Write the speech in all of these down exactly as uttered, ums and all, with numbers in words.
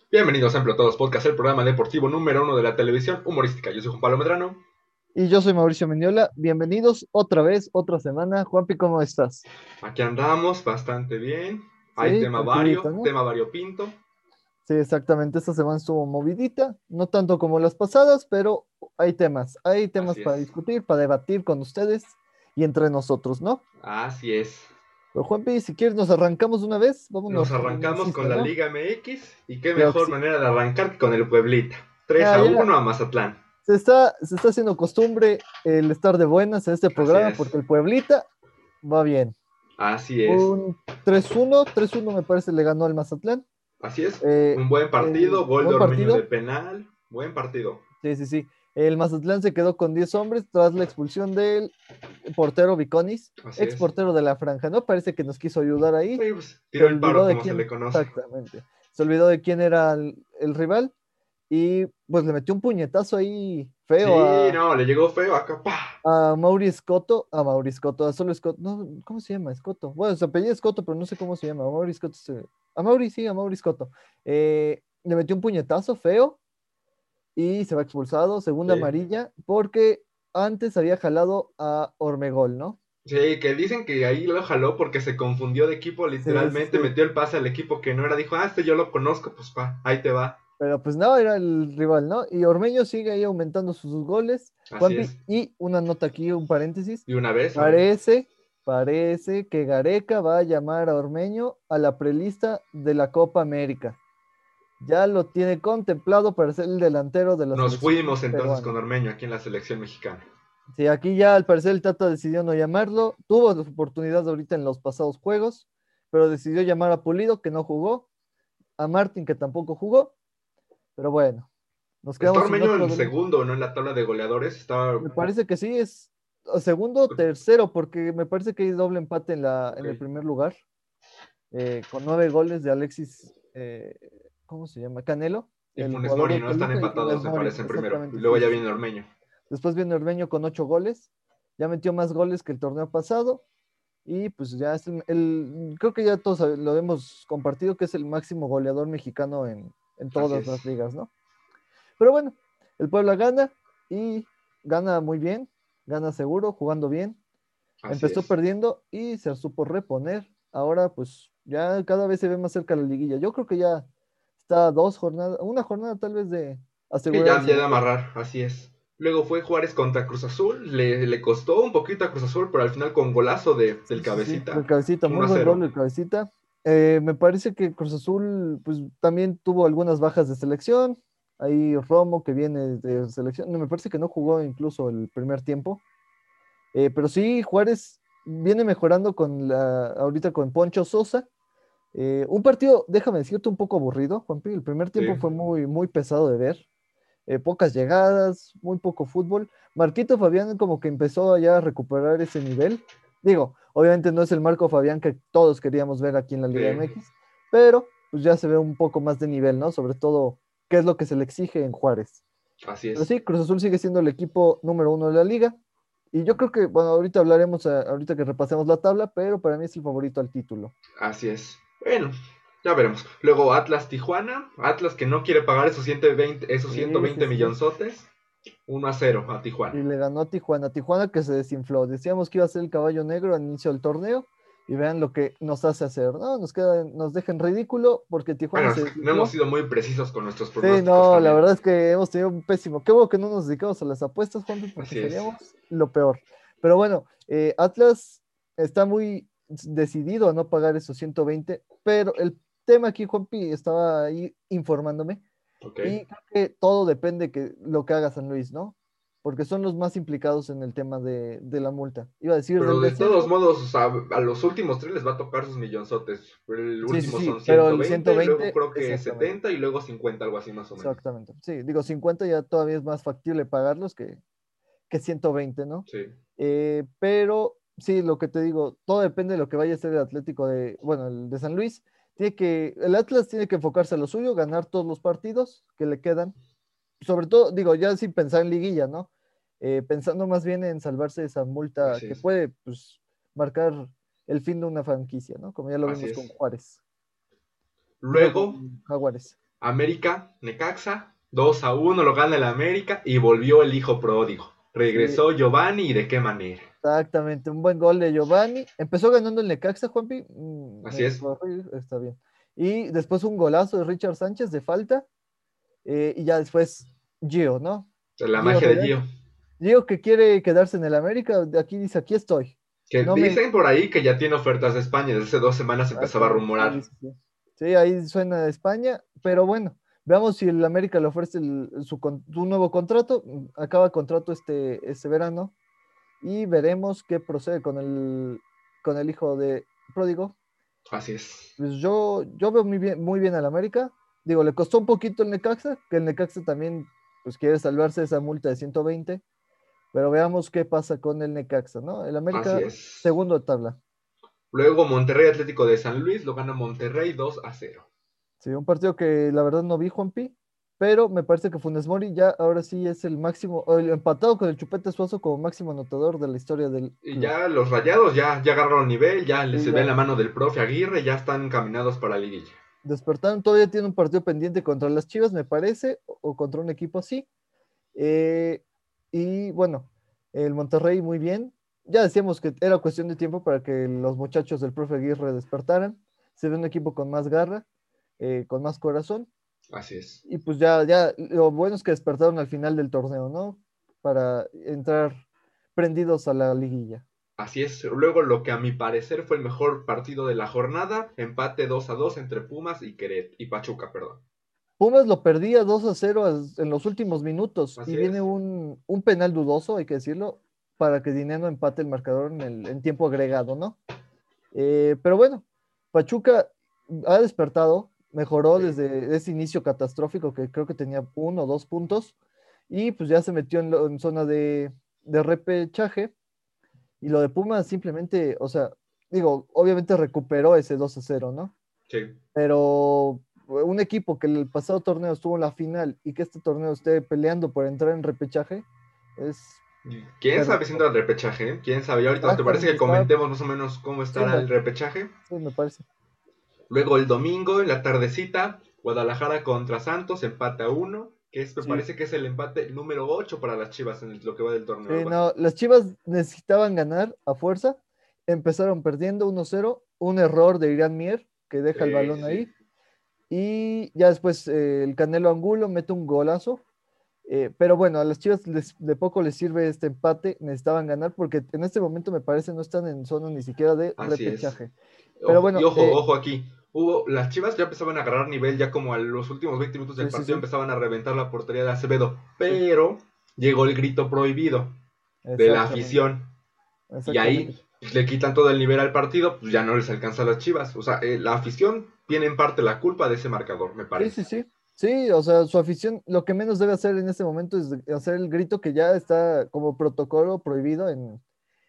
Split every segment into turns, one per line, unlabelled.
Bienvenidos a Amplio Todos Podcast, el programa deportivo número uno de la televisión humorística. Yo soy Juan Pablo Medrano.
Y yo soy Mauricio Mendiola. Bienvenidos otra vez, otra semana. Juanpi, ¿cómo estás?
Aquí andamos bastante bien. Hay
Sí,
tema
tranquilito,
vario,
¿no?
tema variopinto.
Sí, exactamente. Esta semana estuvo movidita, no tanto como las pasadas, pero hay temas. Hay temas
Así
para
es,
discutir, para debatir con ustedes y entre nosotros, ¿no?
así es.
Pero Juanpi, si quieres, nos arrancamos de una vez.
Nos
Vámonos con el
arrancamos con
incista,
la
¿no?
Liga M X y qué
Creo que
mejor
sí.
manera de arrancar que con el Pueblita. tres
Ah,
a
ya
uno a Mazatlán.
se está, se está haciendo costumbre el estar de buenas en este
Así
programa
es,
porque el Pueblita va bien.
así es,
Un tres uno, tres uno me parece le ganó al Mazatlán.
así es.
Eh,
Un buen
el
partido, gol de
buen
Ormeño de
partido.
penal. Buen partido.
Sí, sí, sí. El Mazatlán se quedó con diez hombres tras la expulsión del portero Viconis,
Así
ex
es.
portero de la Franja, ¿no? Parece que nos quiso ayudar ahí.
Sí, pues,
Se
tiró el
olvidó
paro
de
como se le
quién,
conoce.
exactamente. Se olvidó de quién era el, el rival y pues le metió un puñetazo ahí feo
Sí,
a,
no, le llegó feo acá. ¡Pah!
a Mauri Scotto, a Mauri Scotto, a solo Scotto, no, ¿cómo se llama? Scotto. Bueno, su apellido es Scotto, pero no sé cómo se llama. A Mauri Scotto, se- a Mauri, sí, a Mauri Scotto. Eh, le metió un puñetazo feo y se va expulsado, segunda
Sí.
amarilla, porque antes había jalado a Ormegol, ¿no?
Sí, que dicen que ahí lo jaló porque se confundió de equipo,
Sí, sí,
literalmente
sí.
metió el pase al equipo que no era, dijo, ah, este yo lo conozco, pues pa, ahí te va.
Pero pues no, era el rival, ¿no? Y Ormeño sigue ahí aumentando sus goles,
Así
Juanpi,
es.
y una nota aquí, un paréntesis,
Y una vez, a ver.
parece, parece que Gareca va a llamar a Ormeño a la prelista de la Copa América. Ya lo tiene contemplado para ser el delantero de la
Nos
selección
fuimos entonces
peruana.
con Ormeño aquí en la selección mexicana.
Sí, aquí ya al parecer el Tata decidió no llamarlo. Tuvo la oportunidad ahorita en los pasados juegos, pero decidió llamar a Pulido, que no jugó, a Martín, que tampoco jugó. Pero bueno, nos
Está
quedamos sin
Ormeño
otro
en
del-
segundo, ¿no? En la tabla de goleadores. Está.
Me parece que sí, es o segundo o tercero, porque me parece que hay doble empate en la,
Ok.
en el primer lugar, eh, con nueve goles de Alexis, eh, ¿cómo se llama? Canelo,
Y
el
Funes
jugador
Mori,
del
¿no? Están
Toluca, y
empatados,
Funes
se
Mori,
parecen primero. Y
exactamente,
luego
sí,
ya
sí, sí.
viene Ormeño.
Después viene Ormeño con ocho goles, ya metió más goles que el torneo pasado. Y pues ya es el, el- creo que ya todos lo hemos compartido que es el máximo goleador mexicano en, en
Así
todas
es.
las ligas, ¿no? Pero bueno, el Puebla gana y gana muy bien, gana seguro, jugando bien.
Así
Empezó
es.
perdiendo y se supo reponer. Ahora pues ya cada vez se ve más cerca la liguilla. Yo creo que ya está a dos jornadas, una jornada tal vez de
Sí,
asegurar
ya,
el
ya de
segundo.
amarrar, así es. Luego fue Juárez contra Cruz Azul. Le, le costó un poquito a Cruz Azul, pero al final con golazo de, del
Sí, sí, sí, el
cabecita.
cabecita, muy
uno a
buen gol
cero.
el cabecita. Eh, me parece que Cruz Azul, pues también tuvo algunas bajas de selección. Ahí Romo, que viene de selección, no, me parece que no jugó incluso el primer tiempo. Eh, pero sí, Juárez viene mejorando con la, ahorita con Poncho Sosa. Eh, un partido, déjame decirte, un poco aburrido, Juanpi. El primer
Sí.
tiempo fue muy, muy pesado de ver. Eh, pocas llegadas, muy poco fútbol. Marquito Fabián como que empezó ya a recuperar ese nivel. Digo, obviamente no es el Marco Fabián que todos queríamos ver aquí en la Liga
Sí,
M X, pero pues ya se ve un poco más de nivel, ¿no? Sobre todo, qué es lo que se le exige en Juárez.
así
Pero
es.
sí, Cruz Azul sigue siendo el equipo número uno de la liga. Y yo creo que, bueno, ahorita hablaremos, eh, ahorita que repasemos la tabla, pero para mí es el favorito al título.
Así es. Bueno, ya veremos. Luego Atlas Tijuana. Atlas que no quiere pagar esos ciento veinte, esos ciento
Sí, sí,
veinte
sí.
millonzotes. uno a cero a
Y
Tijuana.
le ganó a Tijuana. Tijuana que se desinfló. Decíamos que iba a ser el caballo negro al inicio del torneo. Y vean lo que nos hace hacer, ¿no? Nos queda, nos deja en ridículo porque Tijuana
Bueno, es
se
que no hemos
desinfló.
sido muy precisos con nuestros
Sí,
pronósticos
no, la
también.
verdad es que hemos tenido un pésimo. Qué bueno que no nos dedicamos a las apuestas, Juanpi, porque
Así es.
seríamos lo peor. Pero bueno, eh, Atlas está muy decidido a no pagar esos ciento veinte, pero el tema aquí, Juanpi, estaba ahí informándome
Ok.
y creo que todo depende que lo que haga San Luis, ¿no? Porque son los más implicados en el tema de, de la multa. Iba a decir
Pero
del
de todos
descenso.
modos, o sea, a los últimos tres les va a tocar sus millonzotes. El
Sí, sí,
último
sí,
son
pero
ciento
el ciento
veinte luego
veinte
creo que
exactamente,
setenta y luego cincuenta, algo así más o menos.
exactamente. Sí, digo, cincuenta ya todavía es más factible pagarlos que, que ciento veinte, ¿no?
Sí,
Eh, pero sí, lo que te digo, todo depende de lo que vaya a ser el Atlético de, bueno, el de San Luis. Tiene que, el Atlas tiene que enfocarse a lo suyo, ganar todos los partidos que le quedan. Sobre todo, digo, ya sin pensar en liguilla, ¿no? Eh, pensando más bien en salvarse de esa multa
así
que
es.
puede, pues, marcar el fin de una franquicia, ¿no? Como ya lo
Así
vimos con
es.
Juárez, digo,
Luego,
con Jaguares.
América, Necaxa, dos a uno lo gana el América y volvió el hijo pródigo.
Sí,
Regresó Giovanni y de qué manera.
exactamente, un buen gol de Giovanni. Empezó ganando el Necaxa, Juanpi, mm,
Así
me
es,
corrí, está bien. Y después un golazo de Richard Sánchez de falta, eh, y ya después Gio, ¿no?
la
Gio
magia de
Reyna.
Gio.
Gio que quiere quedarse en el América, de aquí dice, aquí estoy.
Que
No me...
dicen por ahí que ya tiene ofertas de España. Desde hace dos semanas empezaba a
Exactamente, sí,
rumorar.
sí, sí. Sí, ahí suena de España, pero bueno, veamos si el América le ofrece el- su, con- su nuevo contrato. mm, Acaba contrato este, este verano y veremos qué procede con el, con el hijo de Pródigo.
Así es.
Pues yo, yo veo muy bien, muy bien al América. Digo, le costó un poquito el Necaxa, que el Necaxa también pues, quiere salvarse de esa multa de ciento veinte, pero veamos qué pasa con el Necaxa, ¿no? El
Así
América,
es.
segundo de tabla.
Luego Monterrey Atlético de San Luis lo gana Monterrey dos a cero.
Sí, un partido que la verdad no vi, Juanpi, pero me parece que Funes Mori ya ahora sí es el máximo, o el empatado con el Chupete Suazo como máximo anotador de la historia del
Y
club.
ya los Rayados ya, ya agarraron nivel, ya
Sí,
se ve
ya
la mano del profe Aguirre, ya están encaminados para la liguilla.
despertaron, todavía tiene un partido pendiente contra las Chivas, me parece, o, o contra un equipo así. Eh, y bueno, el Monterrey muy bien. Ya decíamos que era cuestión de tiempo para que los muchachos del profe Aguirre despertaran. Se ve un equipo con más garra, eh, con más corazón.
Así es.
Y pues ya, ya, lo bueno es que despertaron al final del torneo, ¿no? Para entrar prendidos a la liguilla.
Así es. Luego lo que a mi parecer fue el mejor partido de la jornada, empate dos a dos entre Pumas y Queret y Pachuca, perdón.
Pumas lo perdía dos a cero as- en los últimos minutos y
Así
viene
es.
un, un penal dudoso, hay que decirlo, para que Dineno empate el marcador en, el, en tiempo agregado, ¿no? Eh, pero bueno, Pachuca ha despertado, mejoró
Sí.
desde ese inicio catastrófico que creo que tenía uno o dos puntos y pues ya se metió en, lo- en zona de, de repechaje. Y lo de Pumas simplemente, o sea, digo, obviamente recuperó ese dos a cero, ¿no?
Sí.
Pero un equipo que el pasado torneo estuvo en la final y que este torneo esté peleando por entrar en repechaje es
¿Quién sabe si
vergonzoso.
entra el repechaje? ¿Quién sabe? Y ahorita te parece
Exactamente,
que
está,
comentemos más o menos cómo
sí
estará
me,
el repechaje.
sí, me parece.
Luego el domingo, en la tardecita, Guadalajara contra Santos, empate a uno, que es, me
Sí,
parece que es el empate número ocho para las Chivas en lo que va del torneo,
sí,
algo así.
no, las Chivas necesitaban ganar a fuerza, empezaron perdiendo uno cero, un error de Irán Mier que deja el
Sí, sí,
balón
sí.
ahí, y ya después eh, el Canelo Angulo mete un golazo. Eh, pero bueno, a las Chivas les- de poco les sirve este empate, necesitaban ganar porque en este momento me parece no están en zona ni siquiera de
Así es.
repechaje. Pero
Ojo, y
bueno,
ojo,
eh,
ojo aquí. Hubo, las Chivas ya empezaban a agarrar nivel, ya como a los últimos veinte minutos del
sí, sí,
partido
sí,
empezaban a reventar la portería de Acevedo.
sí,
Pero llegó el grito prohibido de la
exactamente,
afición. Y
exactamente.
ahí pues, le quitan todo el nivel al partido, pues ya no les alcanza a las Chivas. O sea, eh, la afición tiene en parte la culpa de ese marcador, me
Sí, sí,
parece.
sí. Sí, o sea, su afición lo que menos debe hacer en este momento es de- hacer el grito que ya está como protocolo prohibido en,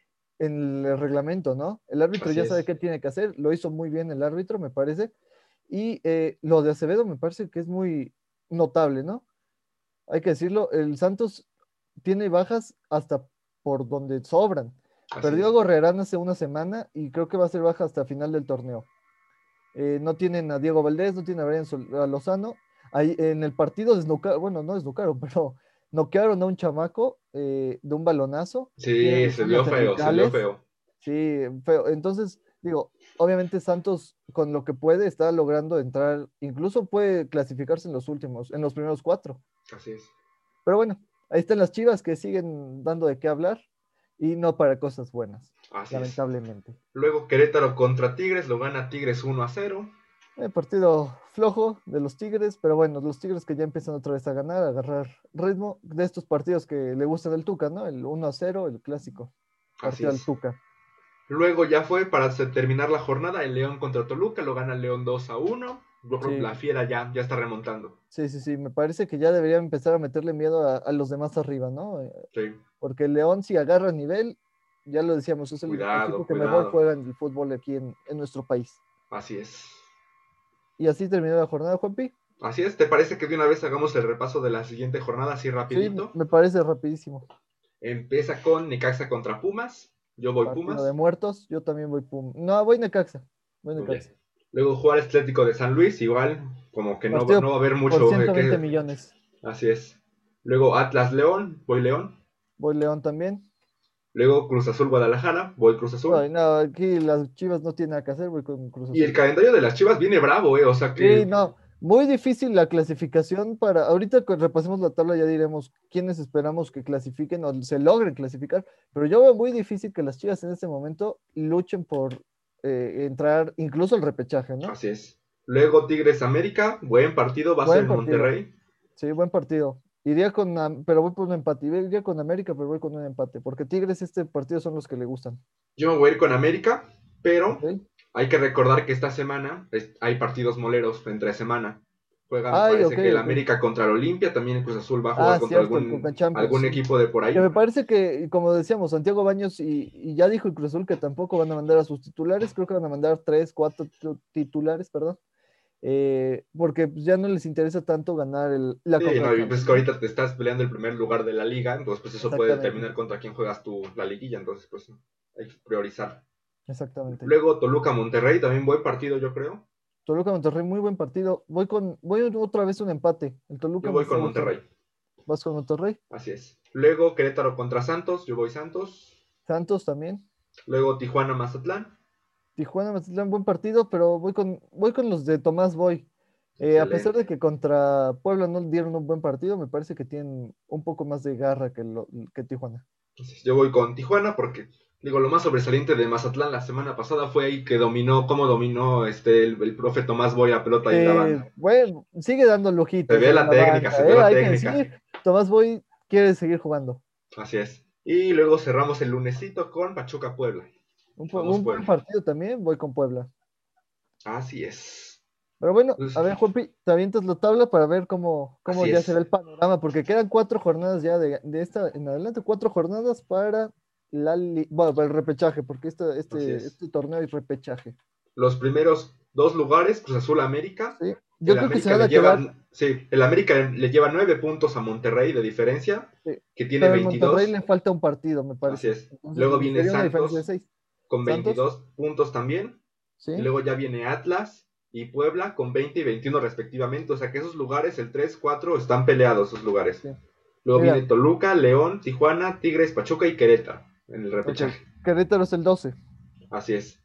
en el reglamento, ¿no? El árbitro
Así
ya sabe
es.
qué tiene que hacer, lo hizo muy bien el árbitro, me parece. Y eh, lo de Acevedo me parece que es muy notable, ¿no? Hay que decirlo, el Santos tiene bajas hasta por donde sobran.
Así
Perdió a
es.
Gorrerán hace una semana y creo que va a ser baja hasta final del torneo. Eh, no tienen a Diego Valdés, no tienen a Brian Sol- a Lozano. Ahí en el partido desnucaron, bueno, no desnucaron, pero noquearon a un chamaco eh, de un balonazo. Tiene
Sí, se vio
lesiones
feo, se vio
cervicales.
feo.
Sí, feo. Entonces, digo, obviamente Santos con lo que puede está logrando entrar, incluso puede clasificarse en los últimos, en los primeros cuatro.
Así es.
Pero bueno, ahí están las Chivas que siguen dando de qué hablar y no para cosas buenas,
Así es.
lamentablemente.
Luego Querétaro contra Tigres, lo gana Tigres uno a cero.
Eh, partido flojo de los Tigres, pero bueno, los Tigres que ya empiezan otra vez a ganar, a agarrar ritmo de estos partidos que le gustan al Tuca, ¿no? El uno a cero, el clásico
Así
partido al
es.
Tuca.
Luego ya fue para terminar la jornada el León contra Toluca, lo gana el León dos a uno. La
Sí,
Fiera ya, ya está remontando.
sí, sí, sí, me parece que ya deberían empezar a meterle miedo a, a los demás arriba, ¿no? Eh,
Sí.
Porque el León si agarra nivel, ya lo decíamos, es el equipo
Cuidado,
que mejor
cuidado.
juega en el fútbol aquí en, en nuestro país.
Así es.
Y así terminó la jornada, Juanpi.
Así es, ¿te parece que de una vez hagamos el repaso de la siguiente jornada así
Sí,
rapidito?
me parece rapidísimo.
Empieza con Necaxa contra Pumas. Yo voy
Partido de
Pumas.
muertos, yo también voy Pum. No, voy Necaxa. Voy
Muy bien.
Necaxa.
Luego Juárez Atlético de San Luis, igual, como que no va, no
Partido
va a haber
por
mucho eh,
ciento veinte
que...
millones.
Así es. Luego Atlas León, voy León.
Voy León también.
Luego Cruz Azul Guadalajara, voy Cruz Azul.
Ay, no, aquí las Chivas no tienen nada que hacer, voy con Cruz
Y el
Azul.
calendario de las Chivas viene bravo, eh. O sea
Sí,
que
no, muy difícil la clasificación para, ahorita que repasemos la tabla ya diremos quiénes esperamos que clasifiquen o se logren clasificar, pero yo veo muy difícil que las Chivas en este momento luchen por eh, entrar incluso al repechaje, ¿no?
así es. Luego Tigres América, buen partido, va a ser
Buen
en
partido,
Monterrey.
sí, buen partido. Iría con, Am- pero voy por un empate, iría con América, pero voy con un empate, porque Tigres este partido son los que le gustan,
Yo me voy a ir con América, pero
¿ok?
hay que recordar que esta semana es- hay partidos moleros entre semana. Juega, me
Ay,
parece
ok,
que el
ok.
América contra el Olimpia, también el Cruz Azul va a jugar
Ah,
contra
cierto, el Conca
algún,
Champions,
algún
sí.
equipo de por
Que me
ahí.
parece que, como decíamos, Santiago Baños y, y ya dijo el Cruz Azul que tampoco van a mandar a sus titulares, creo que van a mandar tres, cuatro tu- titulares, perdón, eh, porque pues, ya no les interesa tanto ganar el, la
Sí,
Conca
no, y pues
Champions,
que
¿no?
ahorita te estás peleando el primer lugar de la liga, entonces pues eso puede
Exactamente,
determinar contra quién juegas tú la liguilla, entonces pues hay que priorizar.
exactamente.
Luego Toluca Monterrey, también buen partido yo creo.
Toluca Monterrey, muy buen partido. Voy con, voy otra vez un empate. El
Yo
Toluca me
voy
está
con
gustando.
Monterrey,
¿Vas con Monterrey?
así es. Luego Querétaro contra Santos, yo voy Santos.
Santos también.
Luego Tijuana Mazatlán,
Tijuana, Mazatlán, buen partido, pero voy con, voy con los de Tomás Boy. Eh, a pesar
excelente.
de que contra Puebla no dieron un buen partido, me parece que tienen un poco más de garra que, lo- que Tijuana.
Entonces, yo voy con Tijuana porque, digo, lo más sobresaliente de Mazatlán la semana pasada fue ahí que dominó, cómo dominó este, el, el profe Tomás Boy la pelota ahí en la
Eh,
banda.
bueno, sigue dando
Se
lujitos
ve
ahí en
la
la
técnica,
banca,
se ve
¿eh?
la
Hay que
técnica.
decir, Tomás Boy quiere seguir jugando.
Así es. Y luego cerramos el lunesito con Pachuca Puebla.
Un, pu-
Vamos
un buen
Puebla.
partido también, voy con Puebla.
Así es.
Pero bueno,
Pues,
a ver, Juanpi, te avientas la tabla para ver cómo, cómo
así
ya se
es.
ve el panorama, porque quedan cuatro jornadas ya de, de esta en adelante, cuatro jornadas para la li- bueno, para el repechaje, porque esta-
Así
este,
es.
este torneo es repechaje.
Los primeros dos lugares, Cruz Azul América.
¿Sí? Yo
El
creo que se
América
van
le
a quedar,
lleva, sí, el América le lleva nueve puntos a Monterrey de diferencia,
sí,
que tiene
pero el Monterrey
veintidós.
le falta un partido, me
Así
parece.
es.
Entonces
Luego viene
sería una diferencia de
Santos
seis.
con
Santos,
veintidós puntos también. Y
¿sí?
luego ya viene Atlas y Puebla con veinte y veintiuno respectivamente. O sea que esos lugares, el tres cuatro, están peleados esos lugares.
Sí.
Luego viene
Mira,
Toluca, León, Tijuana, Tigres, Pachuca y Querétaro en el
ok,
repechaje.
Querétaro es el doce.
Así es.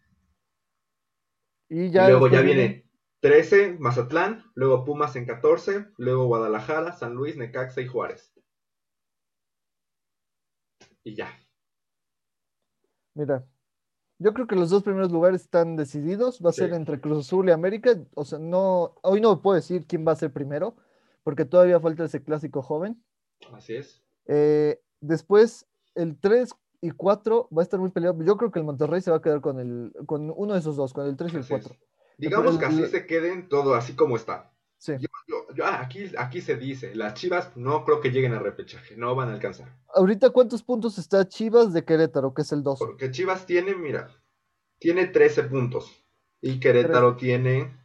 Y
Y
ya
luego ya
después viene,
viene trece, Mazatlán, luego Pumas en catorce, luego Guadalajara, San Luis, Necaxa y Juárez. Y ya.
mira, yo creo que los dos primeros lugares están decididos. Va a
Sí,
ser entre Cruz Azul y América. O sea, no, hoy no puedo decir quién va a ser primero, porque todavía falta ese clásico joven.
así es.
Eh, después, el tres y cuatro va a estar muy peleado. Yo creo que el Monterrey se va a quedar con, el, con uno de esos dos, con el tres y el
Así es.
cuatro. El,
Digamos que así
el-
se queden todo así como está.
sí.
Yo, yo, yo- ah, aquí, aquí se dice, las Chivas no creo que lleguen a repechaje, no van a alcanzar.
Ahorita, ¿cuántos puntos está Chivas de Querétaro, que es el doce?
Porque Chivas tiene, mira, tiene trece puntos y
trece.
Querétaro tiene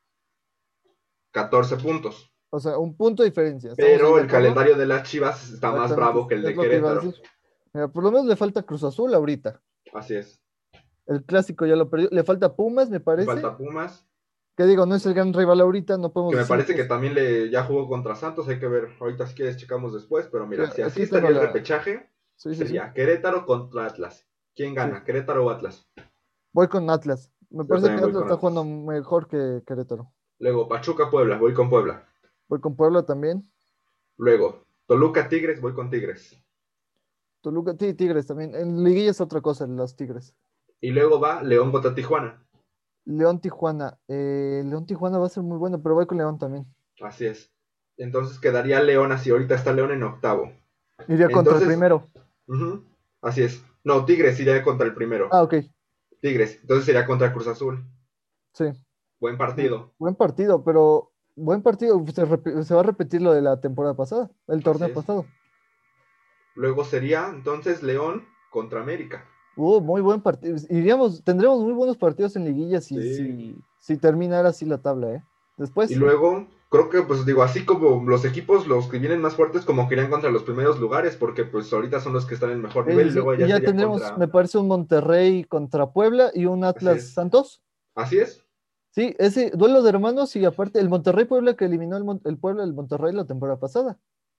catorce puntos.
O sea, un punto de diferencia. ¿Estamos ahí
Pero
de
el
acuerdo?
calendario de las Chivas está más
Exactamente,
bravo
es
que el
es
de
lo que iba a
Querétaro.
decir. Mira, por lo menos le falta Cruz Azul ahorita.
Así es.
El clásico ya lo perdió. Le falta Pumas, me parece.
Falta Pumas,
Que digo, no es el gran rival ahorita, no
que
podemos
me
decir
parece
que
que
es.
también le ya jugó contra Santos, hay que ver, ahorita si quieres checamos después, pero
Sí,
mira, si así
aquí tengo
estaría el
la.
repechaje,
Sí, sí, sí.
sería Querétaro contra Atlas. ¿Quién
Sí.
gana, Querétaro o Atlas?
Voy con Atlas. Me
Yo
parece
también
que
voy
Atlas
con
está jugando
Atlas.
mejor que Querétaro.
Luego Pachuca Puebla, voy con Puebla.
Voy con Puebla también.
Luego Toluca Tigres, voy con Tigres.
Toluca, sí, Tigres también. En Liguilla es otra cosa, los Tigres.
Y luego va León contra Tijuana.
León Tijuana. Eh, León Tijuana va a ser muy bueno, pero voy con León también.
Así es. Entonces quedaría León así, ahorita está León en octavo.
Iría contra el
Entonces,
primero.
uh-huh, así es. No, Tigres iría contra el primero.
Ah, ok.
Tigres, entonces sería contra Cruz Azul.
Sí.
Buen
Bu-
partido.
Buen partido, pero buen partido. Se, repi- se va a repetir lo de la temporada pasada, el
Así
torneo
es.
pasado.
Luego sería entonces León contra América.
Uh, muy buen partido. Iríamos, tendremos muy buenos partidos en liguilla si,
Sí.
si, si terminara así la tabla, ¿eh?
Y
Después,
luego, creo que, pues digo, así como los equipos, los que vienen más fuertes, como que irían contra los primeros lugares, porque pues ahorita son los que están en mejor
sí,
nivel,
sí,
y
sí.
luego
Y
ya
ya
sería
tendremos, me
contra.
parece, un Monterrey contra Puebla y un
Así
Atlas
es.
Santos.
Así es.
Sí, ese duelo de hermanos y aparte el Monterrey Puebla que eliminó el, Mon- el Puebla del Monterrey la temporada pasada.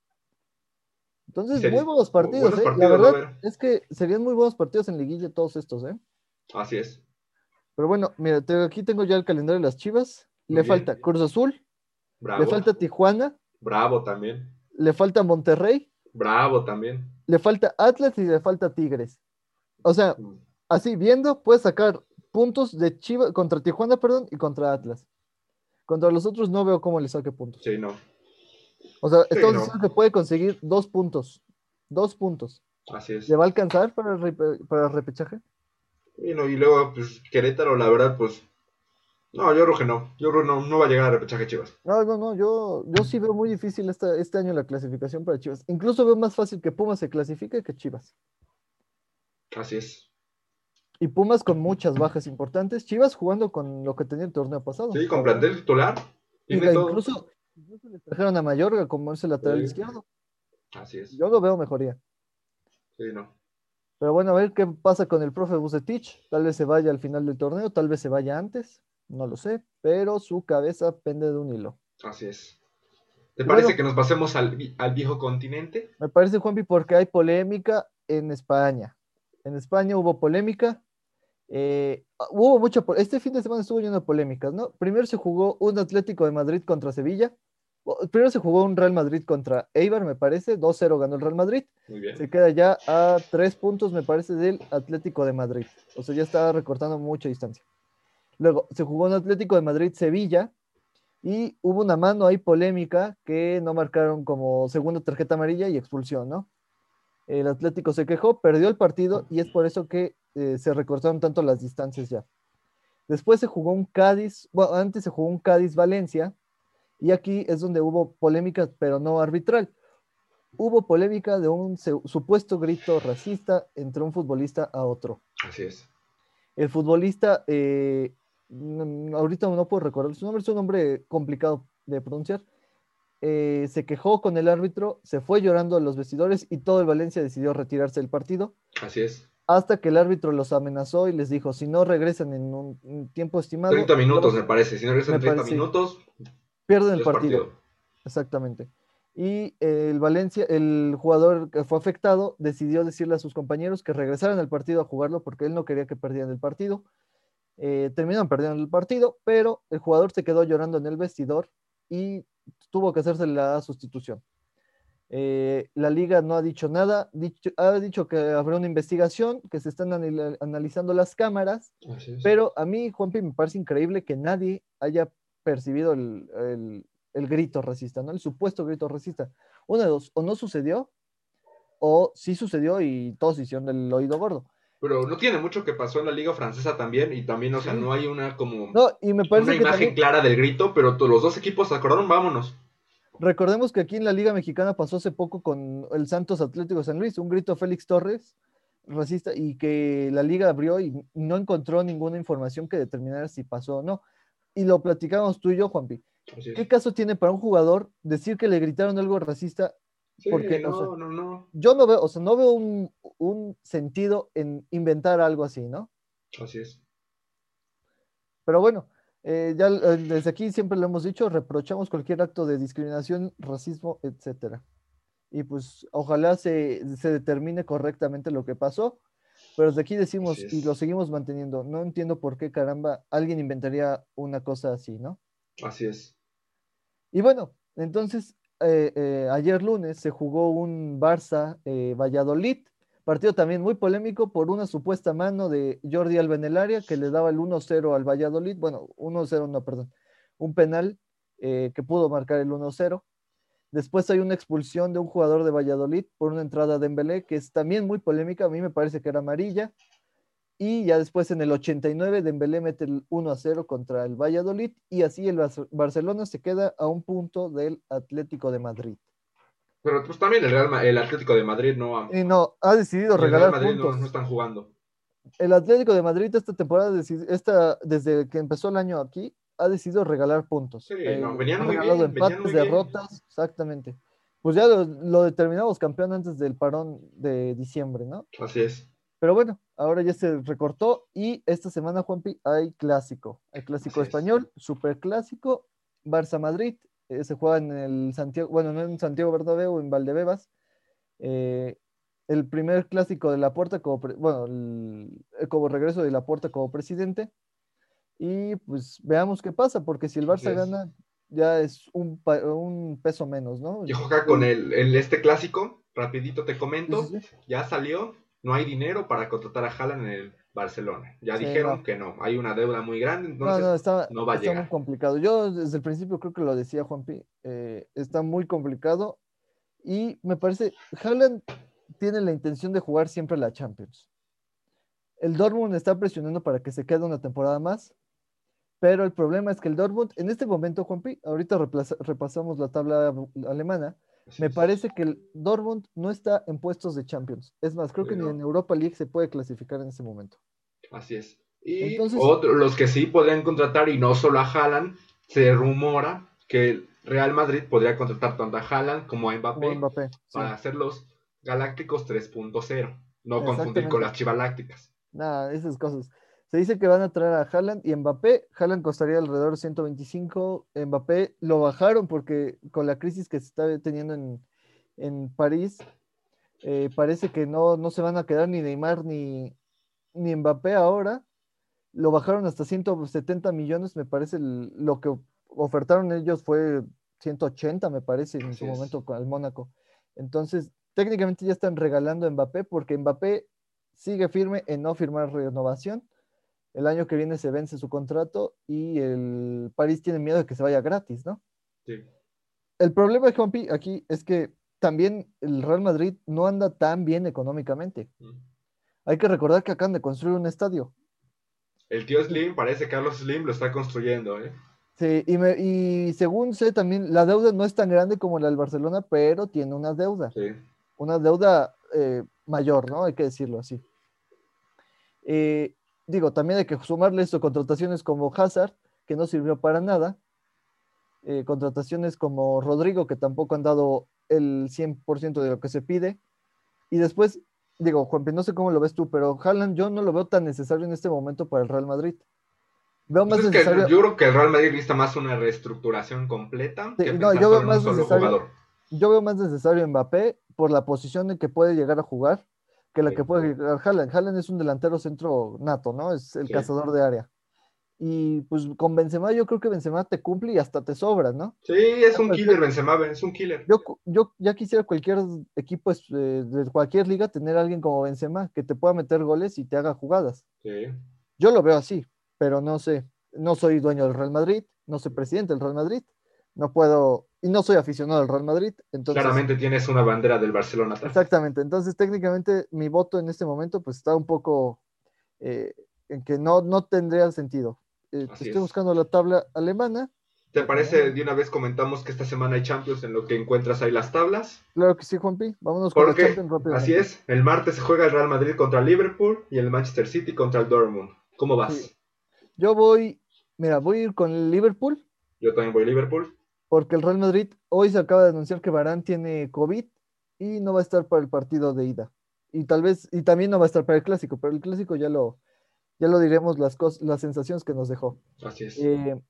Sí,
Entonces, muy
sería-
buenos
bu-
partidos,
buenos
¿eh? La
partidos, ¿no? A
verdad
ver,
es que serían muy buenos partidos en liguilla todos estos, ¿eh?
así es.
Pero bueno, mira, te- aquí tengo ya el calendario de las Chivas.
Muy
Le
bien.
falta Cruz Azul, le
Bravo.
falta Tijuana,
Bravo también.
le falta Monterrey,
Bravo también.
le falta Atlas y le falta Tigres. O sea,
Mm,
así viendo, puedes sacar puntos de Chivas contra Tijuana, perdón, y contra Atlas. Contra los otros no veo cómo le saque puntos.
sí, no.
O sea,
Sí,
estamos
no.
diciendo que puede conseguir dos puntos. Dos puntos.
Así
¿Le
es.
va a alcanzar para el, repe- para el repechaje?
Y, no, y luego, pues, Querétaro, la verdad, pues, no, yo creo que no. Yo creo que no, no va a llegar a repechaje Chivas.
No, no, no, yo, yo sí veo muy difícil esta, este año la clasificación para Chivas. Incluso veo más fácil que Pumas se clasifique que Chivas.
Así es.
Y Pumas con muchas bajas importantes. Chivas jugando con lo que tenía el torneo pasado,
Sí,
la
con
verdad.
plantel titular.
Y
Tiene
que
todo.
incluso, incluso le trajeron a Mayorga como ese lateral
Sí,
izquierdo.
así es.
Yo lo veo mejoría.
Sí, no.
Pero bueno, a ver qué pasa con el profe Bucetich. Tal vez se vaya al final del torneo, tal vez se vaya antes. No lo sé. Pero su cabeza pende de un hilo.
Así es. ¿Te
Y
parece
bueno,
que nos pasemos al, vi- al viejo continente?
me parece, Juanpi, porque hay polémica en España. En España hubo polémica. Eh, hubo mucha, po- este fin de semana estuvo lleno de polémicas, ¿no? Primero se jugó un Atlético de Madrid contra Sevilla. O- Primero se jugó un Real Madrid contra Eibar, me parece. Dos cero ganó el Real Madrid.
Muy
Se
bien.
queda ya a tres puntos, me parece, del Atlético de Madrid. O sea, ya está recortando mucha distancia. Luego se jugó un Atlético de Madrid-Sevilla y hubo una mano ahí polémica que no marcaron como segunda tarjeta amarilla y expulsión, ¿no? El Atlético se quejó, perdió el partido y es por eso que eh, se recortaron tanto las distancias ya. Después se jugó un Cádiz, bueno, antes se jugó un Cádiz-Valencia y aquí es donde hubo polémica, pero no arbitral. Hubo polémica de un se- supuesto grito racista entre un futbolista a otro.
Así es.
El futbolista, eh, mm, ahorita no puedo recordar su nombre, es un nombre complicado de pronunciar. Eh, se quejó con el árbitro, se fue llorando a los vestidores y todo el Valencia decidió retirarse del partido
Así es.
hasta que el árbitro los amenazó y les dijo, si no regresan en un, un tiempo estimado,
treinta minutos, me
los,
parece. Si no regresan
me
en treinta
parece,
minutos,
pierden el
es
partido.
partido.
Exactamente. Y eh, el Valencia, el jugador que fue afectado, decidió decirle a sus compañeros que regresaran al partido a jugarlo porque él no quería que perdieran el partido. Eh, terminaron perdiendo el partido, pero el jugador se quedó llorando en el vestidor y tuvo que hacerse la sustitución. Eh, la liga no ha dicho nada, dicho, ha dicho que habrá una investigación, que se están anal- analizando las cámaras,
Así es.
pero a mí, Juanpi, me parece increíble que nadie haya percibido el, el- el grito racista, ¿no? El supuesto grito racista. Una de dos, o no sucedió, o sí sucedió y todos hicieron el oído gordo.
Pero no tiene mucho que pasó en la liga francesa también y también, o sea,
Sí.
no hay una como
No, y me
una
parece que
imagen
también,
clara del grito, pero to- los dos equipos se acordaron, vámonos.
recordemos que aquí en la Liga Mexicana pasó hace poco con el Santos Atlético de San Luis, un grito a Félix Torres racista y que la liga abrió y no encontró ninguna información que determinara si pasó o no. Y lo platicamos tú y yo, Juanpi.
Así es.
¿Qué caso tiene para un jugador decir que le gritaron algo racista?
Sí,
Porque, o sea,
no, no, no.
yo no veo, o sea, no veo un, un sentido en inventar algo así, ¿no?
Así es.
Pero bueno, eh, ya eh, desde aquí siempre lo hemos dicho, reprochamos cualquier acto de discriminación, racismo, etcétera. Y pues ojalá se, se determine correctamente lo que pasó, pero desde aquí
Así
decimos y lo
es.
seguimos manteniendo, no entiendo por qué caramba alguien inventaría una cosa así, ¿no?
Así es.
Y bueno, entonces eh, eh, ayer lunes se jugó un Barça eh, Valladolid, partido también muy polémico por una supuesta mano de Jordi Alba en el área que le daba el uno cero al Valladolid, bueno, uno cero no, perdón, un penal eh, que pudo marcar el uno cero. Después hay una expulsión de un jugador de Valladolid por una entrada de Dembélé, que es también muy polémica, a mí me parece que era amarilla. Y ya después en el ochenta y nueve Dembélé mete el uno a cero contra el Valladolid y así el Barcelona se queda a un punto del Atlético de Madrid.
Pero pues también el Real Ma- el Atlético de Madrid no ha-
Y no, ha decidido
y el Real
regalar
Madrid no, no
puntos.
están jugando.
El Atlético de Madrid esta temporada, esta, desde que empezó el año aquí, ha decidido regalar puntos.
Sí, no,
Eh,
venían
ha
muy
regalado
bien, venían
empates,
muy bien.
derrotas, exactamente. Pues ya lo, lo determinamos campeón antes del parón de diciembre, ¿no?
Así es.
Pero bueno, ahora ya se recortó y esta semana, Juanpi, hay clásico. Hay clásico
Así es.
español, super clásico, Barça-Madrid. Eh, se juega en el Santiago, bueno, no en Santiago Bernabéu, en Valdebebas. Eh, el primer clásico de Laporta como, pre- bueno, el- eh, como regreso de Laporta como presidente. Y pues veamos qué pasa, porque si el
Así
Barça
es.
gana, ya es un, pa- un peso menos, ¿no?
Y juega con
El-
el, el- este clásico, rapidito te
sí, sí,
comento,
sí.
ya salió, no hay dinero para contratar a Haaland en el Barcelona. Ya
Sí,
dijeron
no.
que no, hay una deuda muy grande,
No, no,
entonces
está,
no va a
está muy
llegar.
complicado. Yo desde el principio creo que lo decía Juanpi, eh, está muy complicado y me parece, Haaland tiene la intención de jugar siempre la Champions. El Dortmund está presionando para que se quede una temporada más, pero el problema es que el Dortmund, en este momento, Juanpi, ahorita replaza- repasamos la tabla alemana,
Así
me
es.
parece que el Dortmund no está en puestos de Champions. Es más, creo
Sí,
que ni
¿no?
en Europa League se puede clasificar en ese momento.
Así es. Y
Entonces,
otro, los que sí podrían contratar, y no solo a Haaland, se rumora que el Real Madrid podría contratar tanto a Haaland como a
como
Mbappé
Mbappé, sí,
para hacer los Galácticos tres punto cero. No confundir con
exactamente.
las Chivalácticas.
Nada, esas cosas. Se dice que van a traer a Haaland y Mbappé. Haaland costaría alrededor de ciento veinticinco. Mbappé lo bajaron porque con la crisis que se está teniendo en, en París, eh, parece que no, no se van a quedar ni Neymar ni, ni Mbappé ahora. Lo bajaron hasta ciento setenta millones, me parece. el- lo que ofertaron ellos fue ciento ochenta, me parece, en
Así
su
es.
momento con el Mónaco. Entonces, técnicamente ya están regalando a Mbappé porque Mbappé sigue firme en no firmar renovación. El año que viene se vence su contrato y el París tiene miedo de que se vaya gratis, ¿no?
Sí.
El problema, Juanpi, aquí es que también el Real Madrid no anda tan bien económicamente. Hay que recordar que acaban de construir un estadio.
El tío
Y,
Slim, parece que Carlos Slim lo está construyendo, ¿eh?
sí, y, me- y según sé, también la deuda no es tan grande como la del Barcelona, pero tiene una deuda,
Sí.
una deuda eh, mayor, ¿no? Hay que decirlo así. Eh, digo, también hay que sumarle esto contrataciones como Hazard, que no sirvió para nada, eh, contrataciones como Rodrigo, que tampoco han dado el cien por ciento de lo que se pide. Y después, digo, Juanpi, no sé cómo lo ves tú, pero Haaland yo no lo veo tan necesario en este momento para el Real Madrid. Veo
Pues
más
es que
necesario,
yo creo que el Real Madrid necesita más una reestructuración completa
sí,
que
no,
pensar
yo veo
solo en un
más
solo
necesario,
jugador.
yo veo más necesario Mbappé por la posición en que puede llegar a jugar que la
Sí,
que puede llegar Haaland. Haaland es un delantero centro nato, ¿no? Es el
sí.
cazador de área. Y pues con Benzema yo creo que Benzema te cumple y hasta te sobra, ¿no?
Sí, es un
Cualquier,
killer Benzema, es un killer.
Yo, cu- yo ya quisiera cualquier equipo es- eh, de cualquier liga tener a alguien como Benzema que te pueda meter goles y te haga jugadas.
Sí.
Yo lo veo así, pero no sé, no soy dueño del Real Madrid, no soy presidente del Real Madrid, no puedo, y no soy aficionado al Real Madrid, entonces,
Claramente tienes una bandera del Barcelona atrás.
exactamente, entonces técnicamente mi voto en este momento pues está un poco eh, en que no, no tendría sentido. Eh,
Así
estoy
es.
buscando la tabla alemana,
¿Te
déjame un
parece
momento.
de una vez comentamos que esta semana hay Champions en lo que encuentras ahí las tablas?
Claro que sí, Juanpi, vámonos con la
Porque,
Champions
así
rápidamente.
es, el martes se juega el Real Madrid contra el Liverpool y el Manchester City contra el Dortmund. ¿Cómo
Sí,
vas?
yo voy, mira, voy a ir con el Liverpool
Yo también voy a Liverpool.
porque el Real Madrid hoy se acaba de anunciar que Varane tiene COVID y no va a estar para el partido de ida. Y tal vez, y también no va a estar para el clásico, pero el clásico ya lo, ya lo diremos las cosas, las sensaciones que nos dejó.
Así es.
Eh,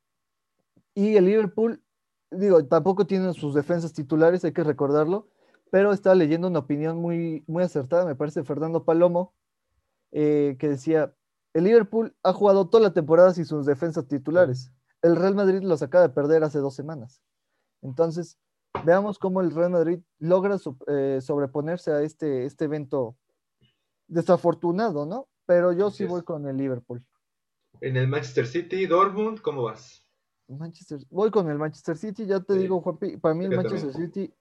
y el Liverpool, digo, tampoco tiene sus defensas titulares, hay que recordarlo, pero estaba leyendo una opinión muy, muy acertada, me parece, Fernando Palomo, eh, que decía, el Liverpool ha jugado toda la temporada sin sus defensas
Sí.
titulares. El Real Madrid los acaba de perder hace dos semanas. Entonces, veamos cómo el Real Madrid logra so- eh, sobreponerse a este, este evento desafortunado, ¿no? Pero yo
Así
sí voy
es.
con el Liverpool.
En el Manchester City, Dortmund, ¿cómo vas?
Manchester, voy con el Manchester City, ya te
Sí,
digo, Juanpi, para mí el
yo también.
Manchester City,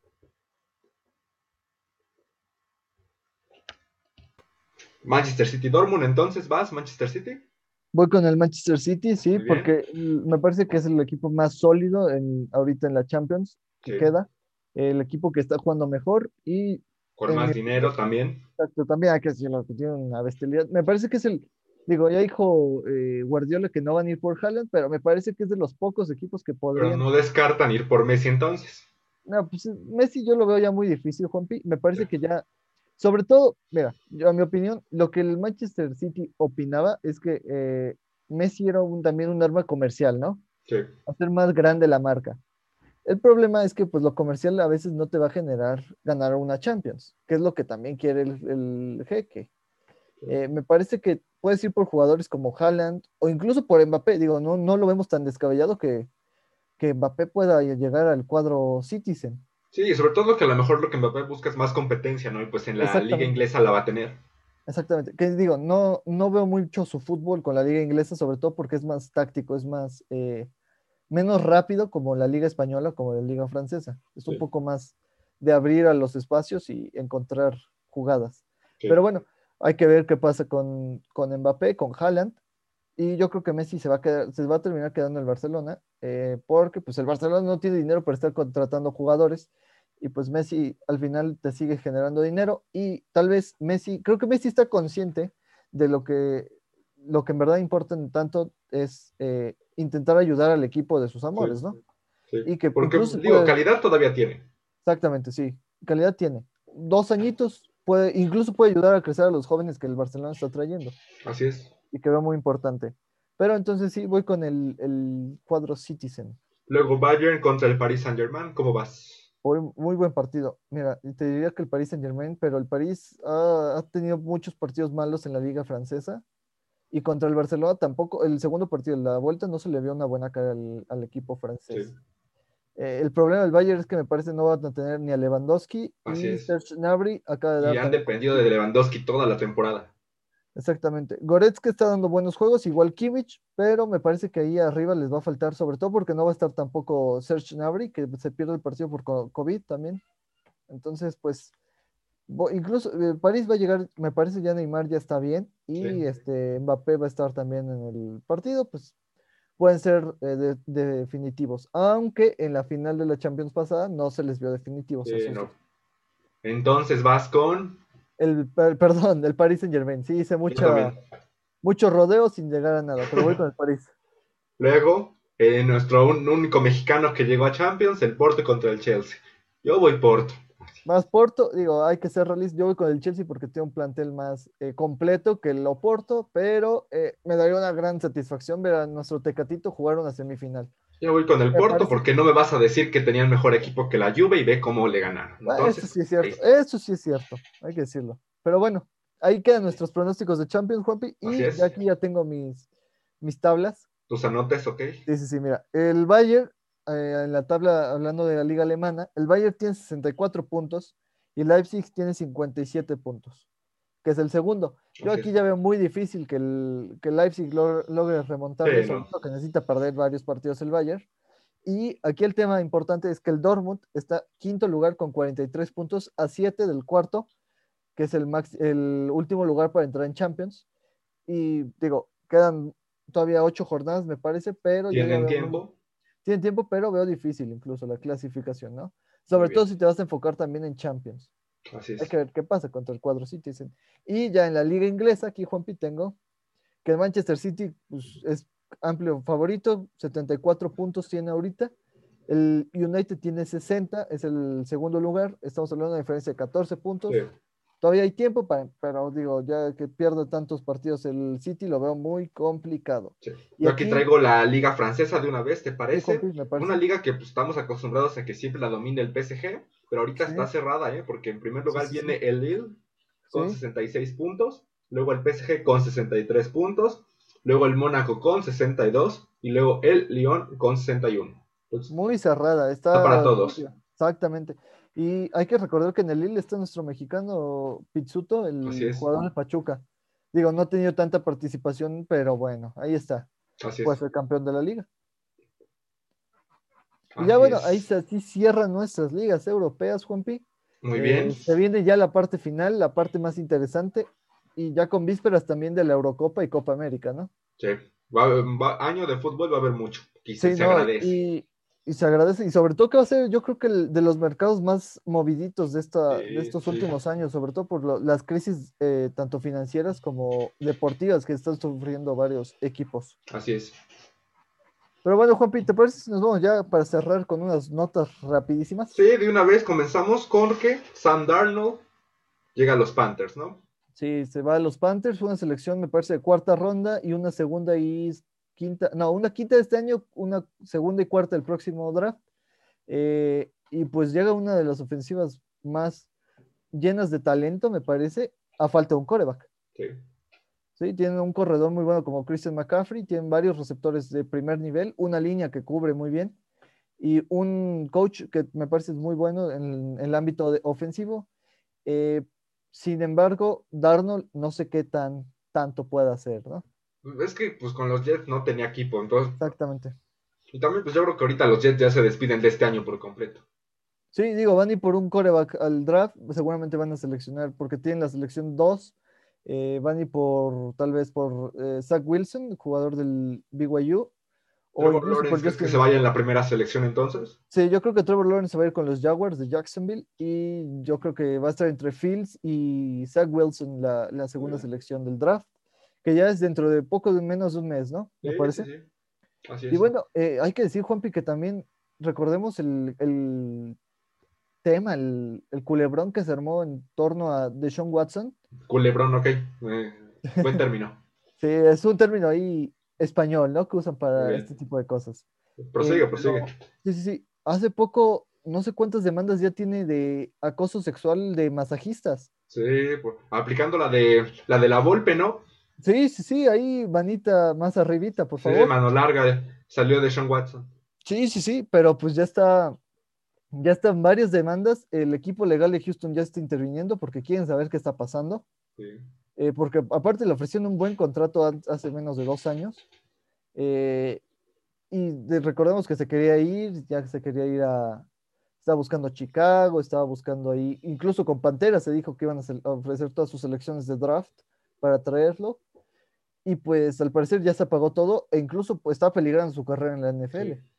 Manchester City, Dortmund, entonces vas, Manchester City.
voy con el Manchester City, sí,
Muy bien.
porque mm, me parece que es el equipo más sólido en, ahorita en la Champions que
Sí.
queda, el equipo que está jugando mejor y
Con
en mi
más
opinión,
dinero también.
exacto, también hay que decirlo, que tiene una bestialidad. Me parece que es el, digo, ya dijo eh, Guardiola que no van a ir por Haaland, pero me parece que es de los pocos equipos que
Pero
podrían.
no descartan ir por Messi entonces.
No, pues Messi yo lo veo ya muy difícil, Juanpi. Me parece que ya, Sobre todo, mira, yo, a mi opinión, lo que el Manchester City opinaba es que eh, Messi era un- también un arma comercial, ¿no?
Sí,
Hacer más grande la marca. El problema es que pues lo comercial a veces no te va a generar ganar una Champions, que es lo que también quiere el, el jeque. Eh, me parece que puedes ir por jugadores como Haaland o incluso por Mbappé. Digo, no, no lo vemos tan descabellado que, que Mbappé pueda llegar al cuadro Citizen.
sí, y sobre todo que a lo mejor lo que Mbappé busca es más competencia, ¿no? Y pues en la liga
Exactamente,
inglesa la va a tener.
exactamente. Que digo, no, no veo mucho su fútbol con la liga inglesa, sobre todo porque es más táctico, es más, eh, menos rápido como la liga española, como la liga francesa. Es un
Sí,
poco más de abrir a los espacios y encontrar jugadas. Pero
sí.
bueno, hay que ver qué pasa con, con Mbappé, con Haaland. Y yo creo que Messi se va a quedar, se va a terminar quedando en el Barcelona, eh, porque pues el Barcelona no tiene dinero para estar contratando jugadores y pues Messi al final te sigue generando dinero y tal vez Messi, creo que Messi está consciente de lo que, lo que en verdad importa en tanto es eh, intentar ayudar al equipo de sus
Sí,
amores, ¿no?
sí.
Y que
Porque,
incluso
digo,
puede,
calidad todavía tiene.
exactamente, sí, calidad tiene. Dos añitos, puede, incluso puede ayudar a crecer a los jóvenes que el Barcelona está trayendo
Así es.
y que veo muy importante. Pero entonces sí, voy con el, el cuadro Citizen.
Luego Bayern contra el Paris Saint-Germain. ¿Cómo vas?
Muy, muy buen partido. Mira, y te diría que el Paris Saint-Germain, pero el París ha, ha tenido muchos partidos malos en la liga francesa y contra el Barcelona tampoco, el segundo partido, la vuelta no se le vio una buena cara al, al equipo
Sí,
francés. Eh, el problema del Bayern es que me parece no van a tener ni a Lewandowski
así
y
es.
Serge Gnabry acaba de
Y
dar
han
también
dependido de
positivo.
Lewandowski toda la temporada.
Exactamente. Goretzka está dando buenos juegos, igual Kimmich, pero me parece que ahí arriba les va a faltar, sobre todo porque no va a estar tampoco Serge Gnabry, que se pierde el partido por co- COVID también. Entonces, pues, bo- incluso eh, París va a llegar, me parece ya Neymar ya está bien
Sí.
y este Mbappé va a estar también en el partido, pues pueden ser eh, de- definitivos, aunque en la final de la Champions pasada no se les vio definitivos a
Sí,
esos
no.
dos.
Entonces vas con.
El, per- perdón, el Paris Saint-Germain, sí hice
Yo
mucha,
también.
mucho rodeo sin llegar a nada, pero voy con el París.
Luego, eh, nuestro un- único mexicano que llegó a Champions, el Porto contra el Chelsea. Yo voy Porto.
Más Porto, digo, hay que ser realista. Yo voy con el Chelsea porque tiene un plantel más eh, completo que el Oporto, pero eh, me daría una gran satisfacción ver a nuestro Tecatito jugar una semifinal.
Yo voy con el
Me
Porto
parece
porque
que,
no me vas a decir que tenían mejor equipo que la Juve y ve cómo le ganaron.
bueno, eso
Entonces,
sí es
ahí
cierto,
está.
eso sí es cierto, hay que decirlo. Pero bueno, ahí quedan nuestros pronósticos de Champions, Juanpi,
Así
y ya
es.
aquí ya tengo mis, mis tablas.
Tus anotes, ok.
Sí, sí, sí, mira, el Bayern, eh, en la tabla, hablando de la liga alemana, el Bayern tiene sesenta y cuatro puntos y Leipzig tiene cincuenta y siete puntos, que es el segundo. Yo
Así
aquí
es.
ya veo muy difícil que el, que el Leipzig log- logre remontarle,
Sí,
sobre
no.
todo que necesita perder varios partidos el Bayern. Y aquí el tema importante es que el Dortmund está quinto lugar con cuarenta y tres puntos a siete del cuarto, que es el, max, el último lugar para entrar en Champions. Y digo, quedan todavía ocho jornadas, me parece, pero yo ya
¿Tienen
veo muy...
tiempo?
Tienen tiempo, pero veo difícil incluso la clasificación, ¿no?
Muy
Sobre todo
bien.
si te vas a enfocar también en Champions.
Así
Hay
es.
que ver qué pasa contra el cuadro Citizen. Y ya en la liga inglesa, aquí Juanpi tengo que el Manchester City pues, es amplio favorito, setenta y cuatro puntos tiene ahorita. El United tiene sesenta, es el segundo lugar. Estamos hablando de una diferencia de catorce
Sí,
puntos. Todavía hay tiempo, para, pero digo, ya que pierde tantos partidos el City, lo veo muy complicado.
sí.
Y
Yo aquí
aquí,
traigo la liga francesa de una vez, ¿te
sí,
parece?
Juanpi, me
Una
parece.
liga que pues, estamos acostumbrados a que siempre la domine el P S G, pero ahorita
Sí,
está cerrada, ¿eh? Porque en primer
sí,
lugar
sí, sí.
viene el Lille con
Sí,
sesenta y seis puntos, luego el P S G con sesenta y tres puntos, luego el Mónaco con sesenta y dos y luego el Lyon con sesenta y uno. Entonces,
muy cerrada,
está para
está
todos.
turbia, exactamente. Y hay que recordar que en el Lille está nuestro mexicano Pizzuto,
Así
el
es,
jugador de Pachuca. Digo, no ha tenido tanta participación, pero bueno, ahí está.
así
Puede
es,
ser campeón de la liga. Y ya
así
bueno, ahí
es.
se así cierran nuestras ligas europeas, Juanpi.
Muy bien.
Eh, se viene ya la parte final, la parte más interesante, y ya con vísperas también de la Eurocopa y Copa América, ¿no?
Sí. Va, va- año de fútbol va a haber mucho. Quizá
Sí,
se
no,
agradece.
y, y se agradece, y sobre todo que va a ser, yo creo que el- de los mercados más moviditos de, esta, de
Sí,
estos
sí.
últimos años, sobre todo por lo- las crisis eh, tanto financieras como deportivas que están sufriendo varios equipos.
Así es.
Pero bueno, Juanpi, ¿te parece si nos vamos ya para cerrar con unas notas rapidísimas?
Sí, de una vez comenzamos con que Sam Darnold Llega a los Panthers, ¿no?
Sí, se va a los Panthers, una selección me parece de cuarta ronda y una segunda y quinta, no, una quinta de este año, una segunda y cuarta del próximo draft. Eh, y pues llega una de las ofensivas más llenas de talento, me parece, a falta de un coreback.
Sí.
Sí, tienen un corredor muy bueno como Christian McCaffrey, tienen varios receptores de primer nivel, una línea que cubre muy bien y un coach que me parece muy bueno en, en el ámbito de- ofensivo. Eh, Sin embargo, Darnold no sé qué tan tanto puede hacer, ¿no?
Es que pues con los Jets no tenía equipo, entonces.
Exactamente.
Y también pues yo creo que ahorita los Jets ya se despiden de este año por completo.
Sí, digo, van a ir por un coreback al draft, seguramente van a seleccionar, porque tienen la selección dos, eh, van a ir por, tal vez por eh, Zach Wilson, jugador del B Y U, o
Trevor
incluso
Lawrence,
por
¿crees que se
Justin.
vaya en la primera selección entonces?
Sí, yo creo que Trevor Lawrence se va a ir con los Jaguars de Jacksonville y yo creo que va a estar entre Fields y Zach Wilson la, la segunda
Mira.
selección del draft, que ya es dentro de poco de menos de un mes, ¿no? Me
Sí, sí,
parece.
sí. Así
Y
es.
bueno, eh, hay que decir, Juanpi, que también recordemos el, el tema, el, el culebrón que se armó en torno a Deshaun Watson.
Culebrón, ok. Eh, buen término.
Sí, es un término ahí español, ¿no? Que usan
Muy
para este
bien.
tipo de cosas. Eh,
Prosigue, prosigue.
pero, sí, sí, sí. Hace poco, no sé cuántas demandas ya tiene de acoso sexual de masajistas.
Sí, pues, aplicando la de la de la Volpe, ¿no?
Sí, sí, sí, ahí, manita más arribita, por
Sí,
favor.
mano larga, salió de Sean Watson.
Sí, sí, sí, pero pues ya está, ya están varias demandas. El equipo legal de Houston ya está interviniendo porque quieren saber qué está pasando.
Sí.
Eh, porque aparte le ofrecieron un buen contrato an- hace menos de dos años. eh, y de- recordemos que se quería ir, ya que se quería ir a, estaba buscando Chicago, estaba buscando ahí, incluso con Pantera se dijo que iban a, sel- a ofrecer todas sus selecciones de draft para traerlo. Y pues al parecer ya se apagó todo e incluso pues, está peligrando su carrera en la
Sí,
N F L.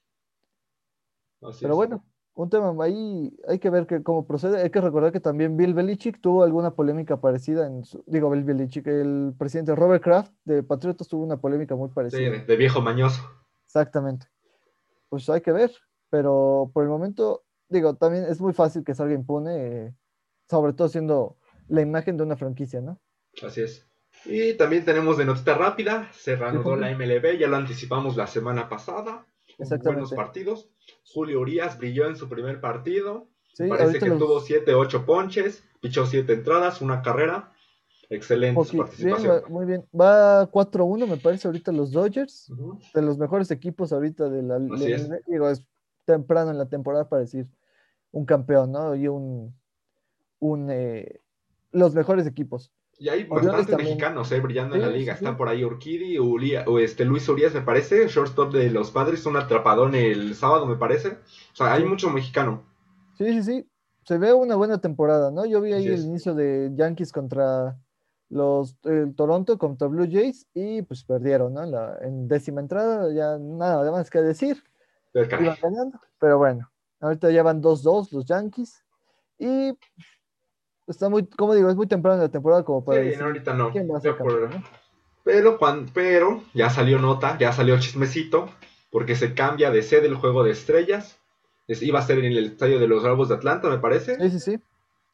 así
Pero
es.
bueno, un tema ahí, hay que ver que, cómo procede. Hay que recordar que también Bill Belichick tuvo alguna polémica parecida en su, digo, Bill Belichick, el presidente Robert Kraft de Patriotas tuvo una polémica muy
Sí,
parecida.
de, de viejo mañoso.
Exactamente. Pues hay que ver, pero por el momento, digo, también es muy fácil que salga impune, eh, sobre todo siendo la imagen de una franquicia, ¿no?
Así es. Y también tenemos de notita rápida, se
Sí,
reanudó la
Juanpi,
M L B, ya lo anticipamos la semana pasada, hubo buenos
exactamente.
partidos. Julio Urias brilló en su primer partido, me
Sí,
parece
ahorita
que tuvo
los,
siete ocho ponches, pichó siete entradas, una carrera, excelente su
ok, bien,
participación.
va- muy bien. Va cuatro uno me parece, ahorita los Dodgers,
Ujú.
de los mejores equipos ahorita de la
Así es.
M L B. Digo, es temprano en la temporada para decir un campeón, ¿no? Y un, un eh, los mejores equipos.
Y hay
Orioles
bastantes
también.
mexicanos eh, brillando en la
Sí,
liga.
sí,
Está
sí.
por ahí Urquidi, Ulia- o este Luis Urias, me parece, shortstop de los Padres, un atrapadón el sábado, me parece. O sea, hay
Sí.
mucho mexicano.
Sí, sí, sí. Se ve una buena temporada, ¿no? Yo vi
Así
ahí el
es.
inicio de Yankees contra los el Toronto contra Blue Jays y pues perdieron, ¿no? En la, en décima entrada, ya nada más que decir,
Del caray.
iban ganando, pero bueno, ahorita ya van dos dos los Yankees y está muy, como digo, es muy temprano en la temporada como
Sí,
para
no,
decir
ahorita no.
quién va a ser
Ya por...
campeón, ¿no?
Pero, cuan- pero ya salió nota, ya salió chismecito, porque se cambia de sede el juego de estrellas. Es- iba a ser en el estadio de los Bravos de Atlanta, me parece.
Sí, sí, sí.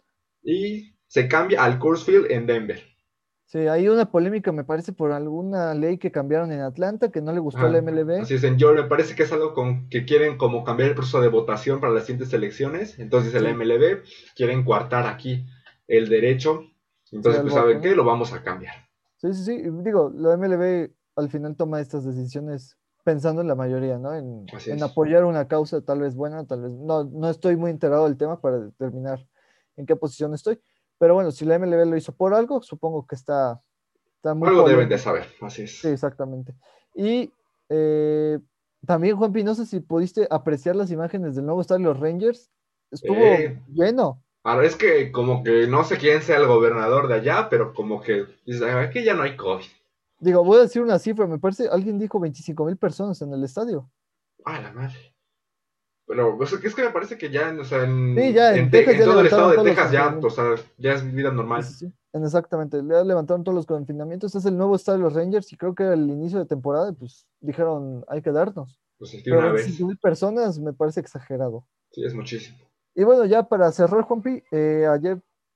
Y se cambia al Coors Field en Denver.
Sí, hay una polémica, me parece, por alguna ley que cambiaron en Atlanta que no le gustó a la
Ajá.
M L B.
Así es, en yo me parece que es algo con que quieren como cambiar el proceso de votación para las siguientes elecciones. Entonces el
Sí,
M L B quieren coartar aquí el derecho.
sí,
Entonces,
al
pues,
voto,
¿saben qué?
¿no?
Lo vamos a cambiar.
Sí, sí, sí. Digo, la M L B al final toma estas decisiones pensando en la mayoría, ¿no? En,
Así
en
es.
apoyar una causa tal vez buena, tal vez no, no estoy muy enterado del tema para determinar en qué posición estoy. Pero bueno, si la M L B lo hizo por algo, supongo que está, está muy
Algo deben de
polémico.
saber. Así
Sí,
es.
exactamente. Y eh, también, Juanpi, no sé si pudiste apreciar las imágenes del nuevo estadio de los Rangers. Estuvo
Eh,
lleno.
ahora es que como que no sé quién sea el gobernador de allá, pero como que dice, "Ah, aquí ya no hay COVID.
Digo, voy a decir una cifra, me parece, alguien dijo veinticinco mil personas en el estadio.
Ah, la madre. Pero pues, es que me parece que ya, o sea,
Sí,
en,
ya en
en, Te-
Texas
en
ya
todo el estado
levantaron
de
todos los
Texas ya, o
confinamientos.
sea, ya es vida
Sí,
normal.
sí, sí. En- exactamente, ya levantaron todos los confinamientos. Es el nuevo estadio de los Rangers y creo que al inicio de temporada, pues dijeron, hay que darnos.
Pues sí, de
Pero
una vez.
veinticinco mil personas me parece exagerado.
Sí, es muchísimo.
Y bueno, ya para cerrar, Juanpi, eh, ayer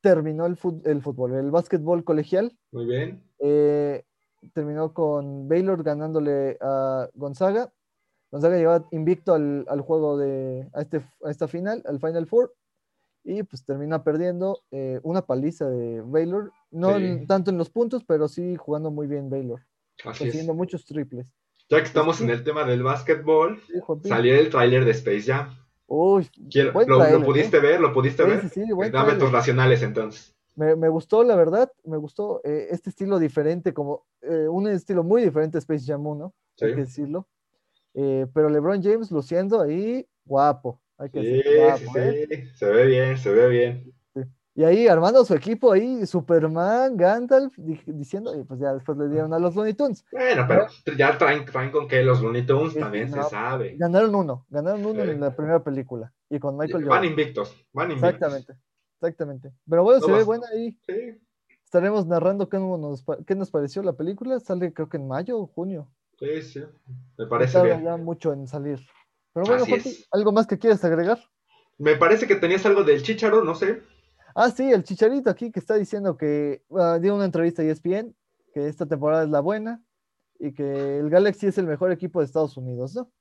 terminó el, fut- el fútbol, el básquetbol colegial.
Muy bien.
eh, Terminó con Baylor ganándole a Gonzaga. Gonzaga llegaba invicto al, al juego de, a, este, a esta final, al Final Four, y pues termina perdiendo eh, una paliza de Baylor, no en-
Sí,
tanto en los puntos, pero sí jugando muy bien Baylor,
así es.
consiguiendo muchos triples.
Ya que
Pues
estamos en
sí,
el tema del básquetbol,
sí, Juanpi.
salió el tráiler de Space Jam.
Uy,
Quiero-
buen
¿lo, lo
tráiler, ¿eh?
pudiste ver? ¿Lo pudiste
Sí,
ver?
sí, sí,
Eh,
buen
Dame tus
tráiler.
racionales entonces.
Me, me gustó, la verdad, me gustó eh, este estilo diferente, como eh, un estilo muy diferente a Space Jam uno,
Sí,
hay que decirlo. Eh, pero LeBron James luciendo ahí, guapo, hay que
sí,
decir,
sí,
guapo, ¿eh?
sí. Se ve bien, se ve bien.
Sí. Y ahí armando su equipo ahí, Superman, Gandalf, di- diciendo, y pues ya después le dieron a los Looney Tunes.
Bueno,
A ver,
pero ya traen, traen con que los Looney Tunes
sí, sí,
también se
no,
sabe.
ganaron uno, ganaron uno en
Sí.
la primera película, y con Michael
Van
Jordan.
invictos, van invictos.
Exactamente, exactamente. Pero bueno,
No
se ve
vas.
buena ahí.
Sí,
Estaremos narrando qué nos, pa- qué nos pareció la película. Sale creo que en mayo o junio.
sí, sí. Me
No
parece
tarda
bien.
ya mucho en salir. Pero bueno,
Así
Juanpi,
es.
¿algo más que quieras agregar?
Me parece que tenías algo del Chícharo, no sé.
Ah, sí, el Chicharito aquí que está diciendo que ah, dio una entrevista a E S P N, que esta temporada es la buena y que el Galaxy es el mejor equipo de Estados Unidos, ¿no?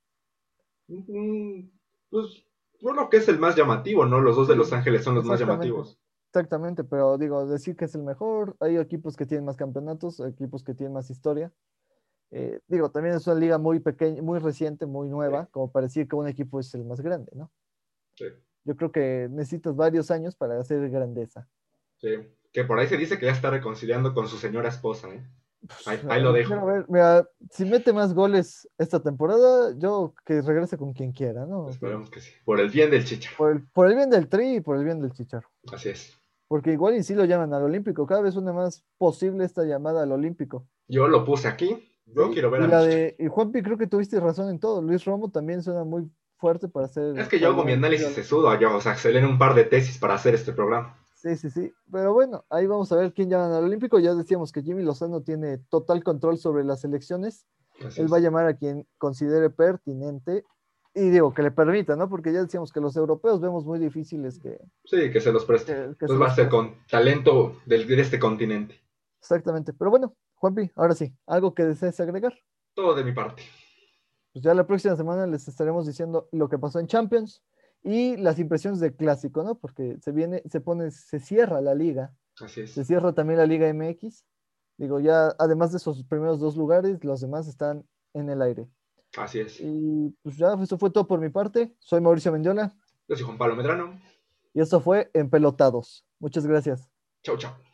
Mm, Pues, yo creo que es el más llamativo, ¿no? Los dos
Sí,
de Los Ángeles son los más
exactamente,
llamativos.
exactamente, pero digo, decir que es el mejor, hay equipos que tienen más campeonatos, equipos que tienen más historia. Eh, digo, también es una liga muy pequeña, muy reciente, muy
Sí,
nueva, como para decir que un equipo es el más grande, ¿no?
sí,
Yo creo que necesitas varios años para hacer grandeza.
sí. Que por ahí se dice que ya está reconciliando con su señora esposa, ¿eh?
Pues,
Ahí, ahí lo
eh, quiero
dejo.
ver, mira, si mete más goles esta temporada, yo que regrese con quien quiera, ¿no? Digo,
Esperemos que sí. Por el bien del Chícharo.
por el, por el bien del Tri y por el bien del Chicharo.
Así es.
Porque igual y sí lo llaman al Olímpico, cada vez suena más posible esta llamada al Olímpico.
Yo lo puse aquí. Yo
Sí,
quiero ver
y
a mi
la
Chícharo.
de, y Juanpi, creo que tuviste razón en todo. Luis Romo también suena muy fuerte para
Es
ser,
que yo
para
hago mi
llevar el medio
análisis
olímpico.
sesudo, yo, o sea, se leen un par de tesis para hacer este programa.
Sí, sí, sí. Pero bueno, ahí vamos a ver quién llaman al Olímpico. Ya decíamos que Jimmy Lozano tiene total control sobre las elecciones.
Así
Él va a
es.
llamar a quien considere pertinente y digo que le permita, ¿no? Porque ya decíamos que los europeos vemos muy difíciles que,
Sí, que se los preste.
que, que se
Entonces va a
los
ser
presten.
con talento del, de este continente.
Exactamente. Pero bueno, Juanpi, ahora sí, algo que desees agregar.
Todo de mi parte.
Pues ya la próxima semana les estaremos diciendo lo que pasó en Champions y las impresiones del clásico, ¿no? Porque se viene, se pone, se cierra la liga,
Así
se
es.
cierra también la Liga M X. Digo, ya además de esos primeros dos lugares, los demás están en el aire.
Así es.
Y pues ya, eso fue todo por mi parte. Soy Mauricio Mendiola
Yo soy Juan Pablo Medrano.
y esto fue Empelotados. Muchas gracias.
Chau, chau.